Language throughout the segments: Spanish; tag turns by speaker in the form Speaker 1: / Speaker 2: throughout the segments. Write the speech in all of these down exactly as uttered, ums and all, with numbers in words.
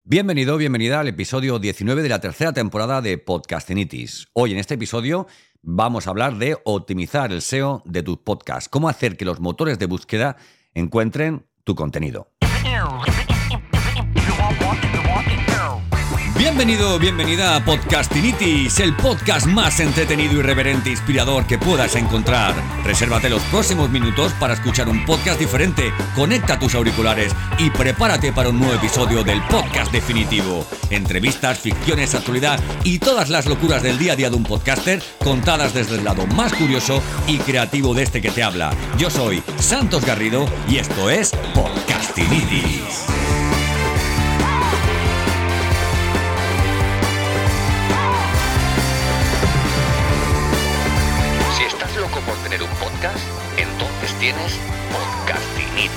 Speaker 1: Bienvenido, bienvenida al episodio diecinueve de la tercera temporada de Podcastinitis. Hoy en este episodio vamos a hablar de optimizar el S E O de tus podcasts. Cómo hacer que los motores de búsqueda encuentren tu contenido. Bienvenido, bienvenida a Podcastinitis, el podcast más entretenido, irreverente e inspirador que puedas encontrar. Resérvate los próximos minutos para escuchar un podcast diferente, conecta tus auriculares y prepárate para un nuevo episodio del podcast definitivo. Entrevistas, ficciones, actualidad y todas las locuras del día a día de un podcaster contadas desde el lado más curioso y creativo de este que te habla. Yo soy Santos Garrido y esto es Podcastinitis. Por tener un podcast, entonces tienes Podcastinitis.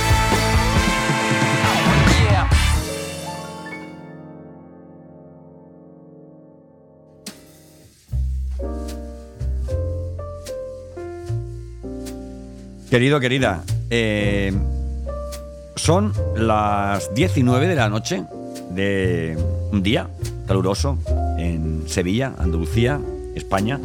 Speaker 1: Querido, querida, eh, son las diecinueve de la noche de un día caluroso en Sevilla, Andalucía, España,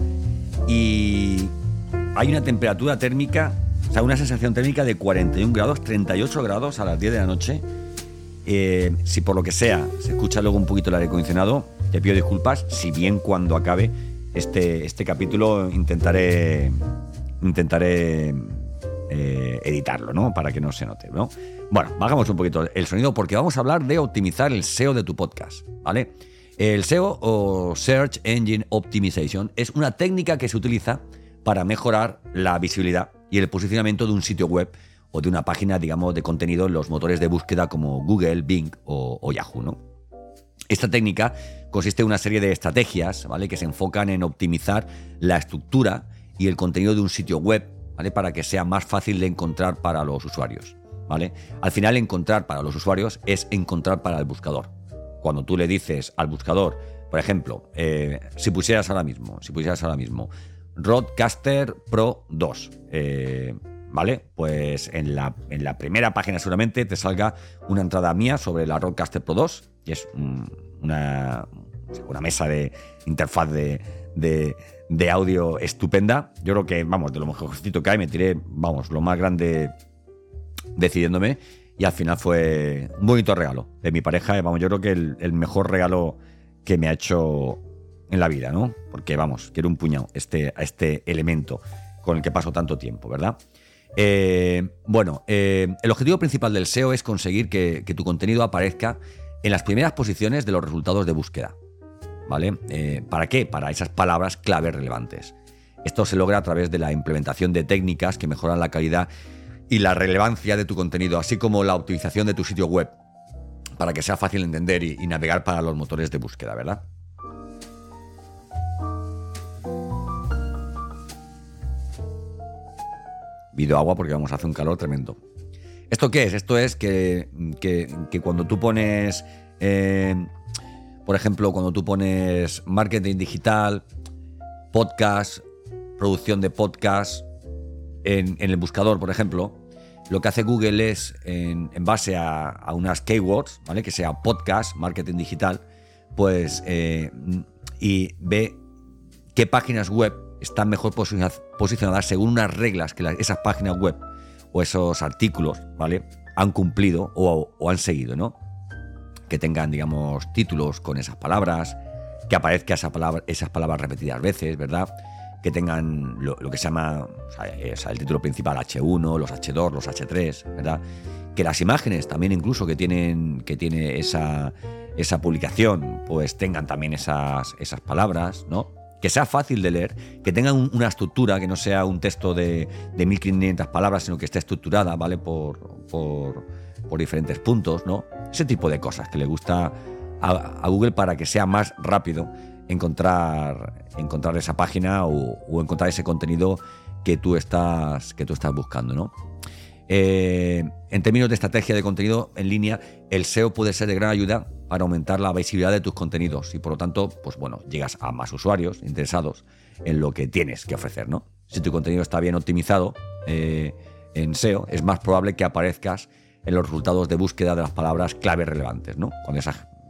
Speaker 1: y hay una temperatura térmica, o sea, una sensación térmica de cuarenta y un grados, treinta y ocho grados a las diez de la noche. Eh, si por lo que sea se escucha luego un poquito el aire acondicionado, te pido disculpas. Si bien cuando acabe este, este capítulo intentaré, intentaré eh, editarlo, ¿no? Para que no se note, ¿no? Bueno, bajamos un poquito el sonido porque vamos a hablar de optimizar el S E O de tu podcast, ¿vale? El S E O o Search Engine Optimization es una técnica que se utiliza para mejorar la visibilidad y el posicionamiento de un sitio web o de una página, digamos, de contenido en los motores de búsqueda como Google, Bing o, o Yahoo, ¿no? Esta técnica consiste en una serie de estrategias, ¿vale?, que se enfocan en optimizar la estructura y el contenido de un sitio web, ¿vale?, para que sea más fácil de encontrar para los usuarios, ¿vale? Al final, encontrar para los usuarios es encontrar para el buscador. Cuando tú le dices al buscador, por ejemplo, eh, si pusieras ahora mismo, si pusieras ahora mismo Rodecaster Pro dos, eh, ¿vale? Pues en la, en la primera página seguramente te salga una entrada mía sobre la Rodecaster Pro dos, y es un, una, una mesa de interfaz de, de, de audio estupenda. Yo creo que, vamos, de lo mejorcito que hay, me tiré, vamos, lo más grande decidiéndome, y al final fue un bonito regalo de mi pareja. Vamos, yo creo que el, el mejor regalo que me ha hecho en la vida, ¿no? Porque, vamos, quiero un puñado este, a este elemento con el que paso tanto tiempo, ¿verdad? Eh, bueno, eh, el objetivo principal del S E O es conseguir que, que tu contenido aparezca en las primeras posiciones de los resultados de búsqueda, ¿vale? Eh, ¿Para qué? Para esas palabras clave relevantes. Esto se logra a través de la implementación de técnicas que mejoran la calidad y la relevancia de tu contenido, así como la optimización de tu sitio web, para que sea fácil de entender y, y navegar para los motores de búsqueda, ¿verdad? Pido agua porque vamos a hacer un calor tremendo. ¿Esto qué es? Esto es que, que, que cuando tú pones, eh, por ejemplo, cuando tú pones marketing digital, podcast, producción de podcast en, en el buscador, por ejemplo, lo que hace Google es, en, en base a, a unas keywords, ¿vale?, que sea podcast, marketing digital, pues, eh, y ve qué páginas web están mejor posicionadas según unas reglas que la, esas páginas web o esos artículos, ¿vale?, han cumplido o, o han seguido, ¿no? Que tengan, digamos, títulos con esas palabras, que aparezca esa palabra, esas palabras repetidas veces, ¿verdad? Que tengan lo, lo que se llama, o sea, es el título principal hache uno, los hache dos, los hache tres, ¿verdad? Que las imágenes también, incluso que tienen que tiene esa, esa publicación, pues tengan también esas, esas palabras, ¿no? Que sea fácil de leer, que tenga un, una estructura, que no sea un texto de, de mil quinientas palabras, sino que esté estructurada, ¿vale?, por, por, por diferentes puntos, ¿no? Ese tipo de cosas que le gusta a, a Google para que sea más rápido encontrar, encontrar esa página o, o encontrar ese contenido que tú estás, que tú estás buscando, ¿no? Eh, en términos de estrategia de contenido en línea, el S E O puede ser de gran ayuda para aumentar la visibilidad de tus contenidos y, por lo tanto, pues bueno, llegas a más usuarios interesados en lo que tienes que ofrecer, ¿no? Si tu contenido está bien optimizado eh, en S E O, es más probable que aparezcas en los resultados de búsqueda de las palabras clave relevantes, ¿no? Cuando esas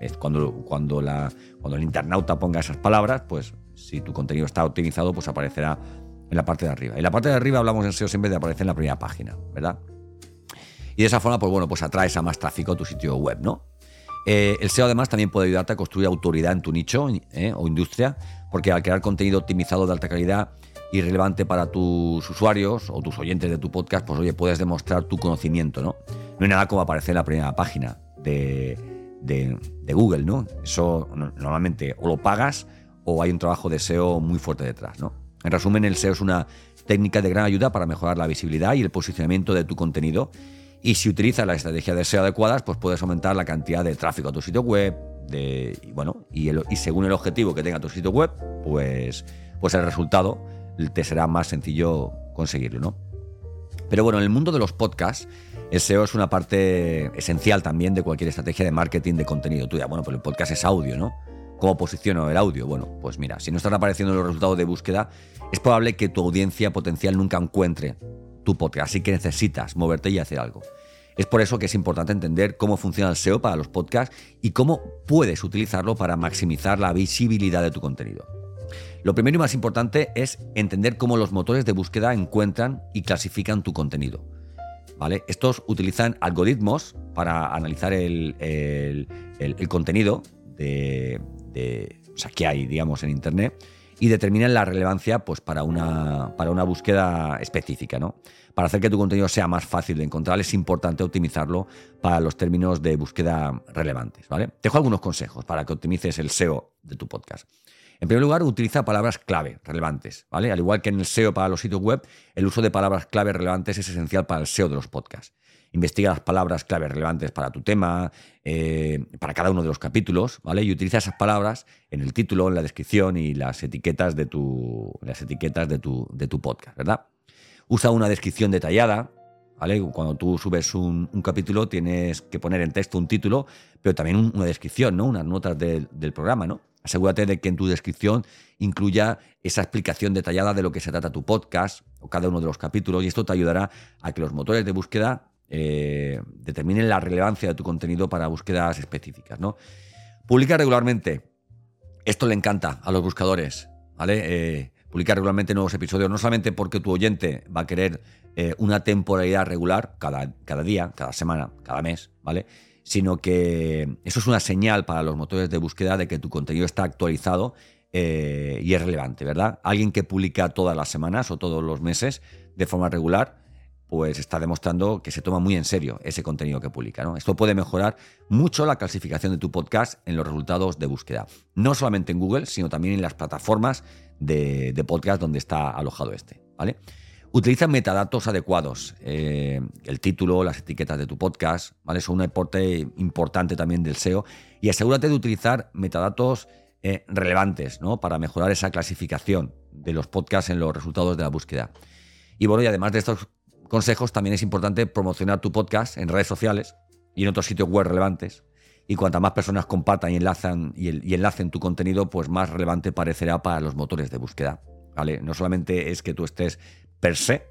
Speaker 1: Es cuando, cuando, la, cuando el internauta ponga esas palabras, pues si tu contenido está optimizado, pues aparecerá en la parte de arriba. En la parte de arriba hablamos en S E O siempre de aparecer en la primera página, ¿verdad? Y de esa forma, pues bueno, pues atraes a más tráfico a tu sitio web, ¿no? Eh, el S E O además también puede ayudarte a construir autoridad en tu nicho ¿eh? o industria, porque al crear contenido optimizado de alta calidad y relevante para tus usuarios o tus oyentes de tu podcast, pues oye, puedes demostrar tu conocimiento, ¿no? No hay nada como aparecer en la primera página de, de, de Google, ¿no? Eso normalmente o lo pagas o hay un trabajo de S E O muy fuerte detrás, ¿no? En resumen, el S E O es una técnica de gran ayuda para mejorar la visibilidad y el posicionamiento de tu contenido. Y si utilizas la estrategia de S E O adecuadas, pues puedes aumentar la cantidad de tráfico a tu sitio web, de, y bueno, y, el, y según el objetivo que tenga tu sitio web, pues, pues el resultado te será más sencillo conseguirlo, ¿no? Pero bueno, en el mundo de los podcasts, el S E O es una parte esencial también de cualquier estrategia de marketing de contenido tuya. Bueno, pues el podcast es audio, ¿no? ¿Cómo posiciono el audio? Bueno, pues mira, si no están apareciendo los resultados de búsqueda, es probable que tu audiencia potencial nunca encuentre tu podcast, así que necesitas moverte y hacer algo. Es por eso que es importante entender cómo funciona el S E O para los podcasts y cómo puedes utilizarlo para maximizar la visibilidad de tu contenido. Lo primero y más importante es entender cómo los motores de búsqueda encuentran y clasifican tu contenido, ¿vale? Estos utilizan algoritmos para analizar el, el, el, el contenido de, de, o sea, que hay, digamos, en Internet, y determinan la relevancia pues, para, una, para una búsqueda específica, ¿no? Para hacer que tu contenido sea más fácil de encontrar, es importante optimizarlo para los términos de búsqueda relevantes, ¿vale? Te dejo algunos consejos para que optimices el S E O de tu podcast. En primer lugar, utiliza palabras clave relevantes, ¿vale? Al igual que en el S E O para los sitios web, el uso de palabras clave relevantes es esencial para el S E O de los podcasts. Investiga las palabras clave relevantes para tu tema, eh, para cada uno de los capítulos, ¿vale? Y utiliza esas palabras en el título, en la descripción y las etiquetas de tu, las etiquetas de tu, de tu podcast, ¿verdad? Usa una descripción detallada, ¿vale? Cuando tú subes un, un capítulo tienes que poner en texto un título, pero también un, una descripción, ¿no? Unas notas de, del programa, ¿no? Asegúrate de que en tu descripción incluya esa explicación detallada de lo que se trata tu podcast o cada uno de los capítulos, y esto te ayudará a que los motores de búsqueda eh, determinen la relevancia de tu contenido para búsquedas específicas, ¿no? Publica regularmente. Esto le encanta a los buscadores, ¿vale? Eh, publica regularmente nuevos episodios, no solamente porque tu oyente va a querer eh, una temporalidad regular cada, cada día, cada semana, cada mes, ¿vale? Sino que eso es una señal para los motores de búsqueda de que tu contenido está actualizado eh, y es relevante, ¿verdad? Alguien que publica todas las semanas o todos los meses de forma regular, pues está demostrando que se toma muy en serio ese contenido que publica, ¿no? Esto puede mejorar mucho la clasificación de tu podcast en los resultados de búsqueda. No solamente en Google, sino también en las plataformas de, de podcast donde está alojado este, ¿vale? Utiliza metadatos adecuados, eh, el título, las etiquetas de tu podcast, ¿vale? Son un aporte importante también del S E O, y asegúrate de utilizar metadatos eh, relevantes, ¿no? Para mejorar esa clasificación de los podcasts en los resultados de la búsqueda. Y bueno, y además de estos consejos, también es importante promocionar tu podcast en redes sociales y en otros sitios web relevantes, y cuantas más personas compartan y enlazan y, el, y enlacen tu contenido, pues más relevante parecerá para los motores de búsqueda, ¿vale? No solamente es que tú estés per se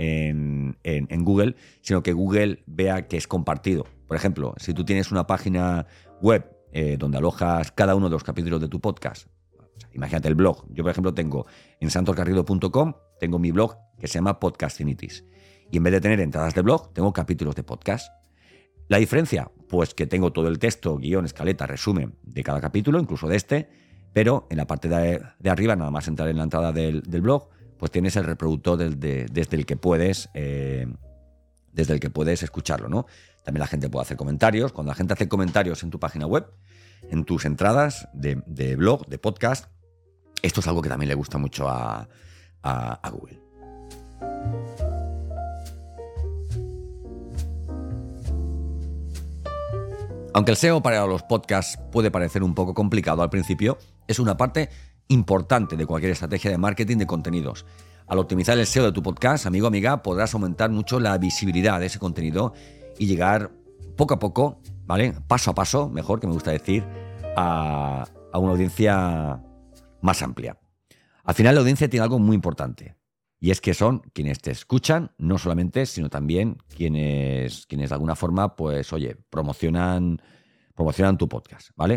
Speaker 1: en, en, en Google, sino que Google vea que es compartido. Por ejemplo, si tú tienes una página web eh, donde alojas cada uno de los capítulos de tu podcast, o sea, imagínate el blog. Yo, por ejemplo, tengo en santos garrido punto com, tengo mi blog que se llama Podcastinitis, y en vez de tener entradas de blog, tengo capítulos de podcast. ¿La diferencia? Pues que tengo todo el texto, guión, escaleta, resumen de cada capítulo, incluso de este, pero en la parte de, de arriba, nada más entrar en la entrada del, del blog, pues tienes el reproductor del, de, desde el que puedes eh, desde el que puedes escucharlo, ¿no? También la gente puede hacer comentarios. Cuando la gente hace comentarios en tu página web, en tus entradas de, de blog, de podcast, esto es algo que también le gusta mucho a, a, a Google. Aunque el S E O para los podcasts puede parecer un poco complicado al principio, es una parte importante de cualquier estrategia de marketing de contenidos. Al optimizar el S E O de tu podcast, amigo o amiga, podrás aumentar mucho la visibilidad de ese contenido y llegar poco a poco, ¿vale? Paso a paso, mejor que me gusta decir, a, a una audiencia más amplia. Al final la audiencia tiene algo muy importante, y es que son quienes te escuchan, no solamente, sino también quienes, quienes de alguna forma, pues, oye, promocionan, promocionan tu podcast, ¿vale?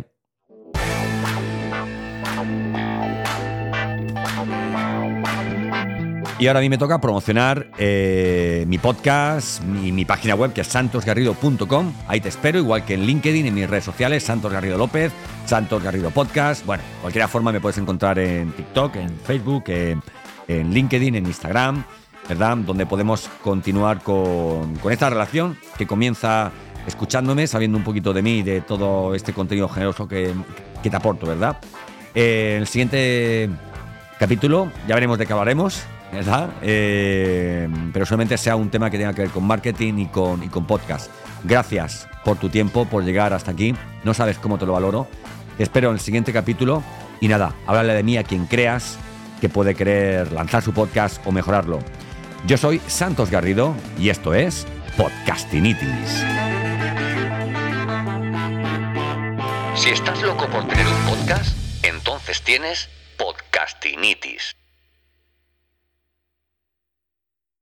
Speaker 1: Y ahora a mí me toca promocionar eh, mi podcast, mi, mi página web, que es santos garrido punto com. Ahí te espero, igual que en LinkedIn, en mis redes sociales, Santos Garrido López, Santos Garrido Podcast. Bueno, de cualquier forma me puedes encontrar en TikTok, en Facebook, en, en LinkedIn, en Instagram, ¿verdad? Donde podemos continuar con, con esta relación que comienza escuchándome, sabiendo un poquito de mí y de todo este contenido generoso que, que te aporto, ¿verdad? Eh, el siguiente capítulo, ya veremos de qué hablaremos, ¿verdad? Eh, pero solamente sea un tema que tenga que ver con marketing y con, y con podcast. Gracias por tu tiempo, por llegar hasta aquí. No sabes cómo te lo valoro. Te espero en el siguiente capítulo. Y nada, háblale de mí a quien creas que puede querer lanzar su podcast o mejorarlo. Yo soy Santos Garrido y esto es Podcastinitis. Si estás loco por tener un podcast, entonces tienes Podcastinitis.